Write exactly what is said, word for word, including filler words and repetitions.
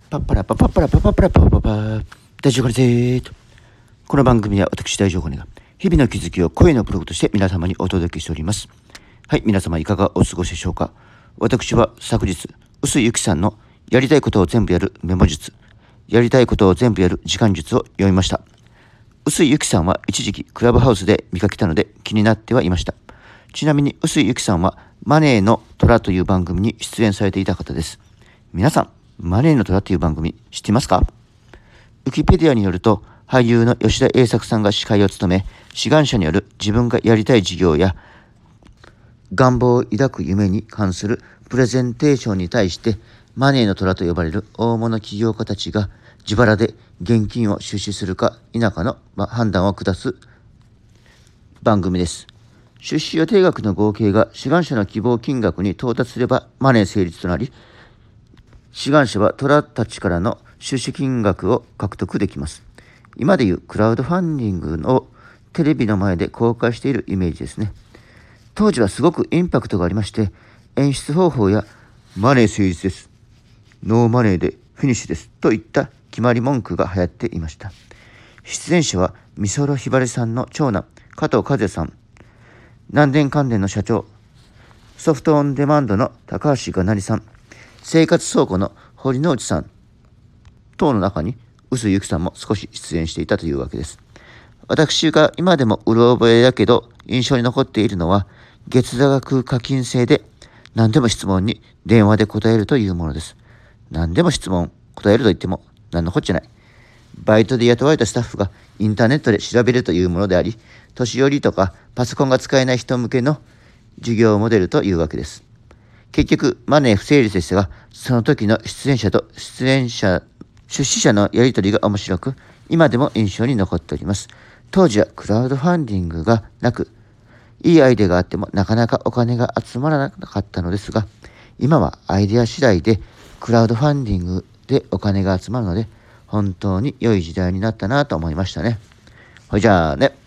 パッパラパパッパラパパッパラパパパパ大丈夫かねぜと。この番組は私大丈夫ねが日々の気づきを声のブログとして皆様にお届けしております。はい、皆様いかがお過ごしでしょうか。私は昨日臼井ゆきさんのやりたいことを全部やるメモ術、やりたいことを全部やる時間術を読みました。臼井ゆきさんは一時期クラブハウスで見かけたので気になってはいました。ちなみに臼井ゆきさんはマネーの虎という番組に出演されていた方です。皆さんマネーの虎という番組知っていますか？ウィキペディアによると、俳優の吉田栄作さんが司会を務め、志願者による自分がやりたい事業や願望を抱く夢に関するプレゼンテーションに対して、マネーの虎と呼ばれる大物起業家たちが自腹で現金を出資するか否かの判断を下す番組です。出資予定額の合計が志願者の希望金額に到達すればマネー成立となり、志願者は虎たちからの出資金額を獲得できます。今でいうクラウドファンディングをテレビの前で公開しているイメージですね。当時はすごくインパクトがありまして、演出方法やマネー成立です、ノーマネーでフィニッシュですといった決まり文句が流行っていました。出演者は美空ひばりさんの長男加藤和也さん、南電関連の社長、ソフトオンデマンドの高橋がなりさん、生活倉庫の堀之内さん等の中に臼井ゆきさんも少し出演していたというわけです。私が今でもうろ覚えだけど印象に残っているのは、月座額課金制で何でも質問に電話で答えるというものです。何でも質問答えると言っても何のこっちゃない。バイトで雇われたスタッフがインターネットで調べるというものであり、年寄りとかパソコンが使えない人向けの授業モデルというわけです。結局マネー不成立でしたが、その時の出演者と出演者出資者のやり取りが面白く、今でも印象に残っております。当時はクラウドファンディングがなく、いいアイデアがあってもなかなかお金が集まらなかったのですが、今はアイデア次第でクラウドファンディングでお金が集まるので、本当に良い時代になったなと思いましたね。ほいじゃあね。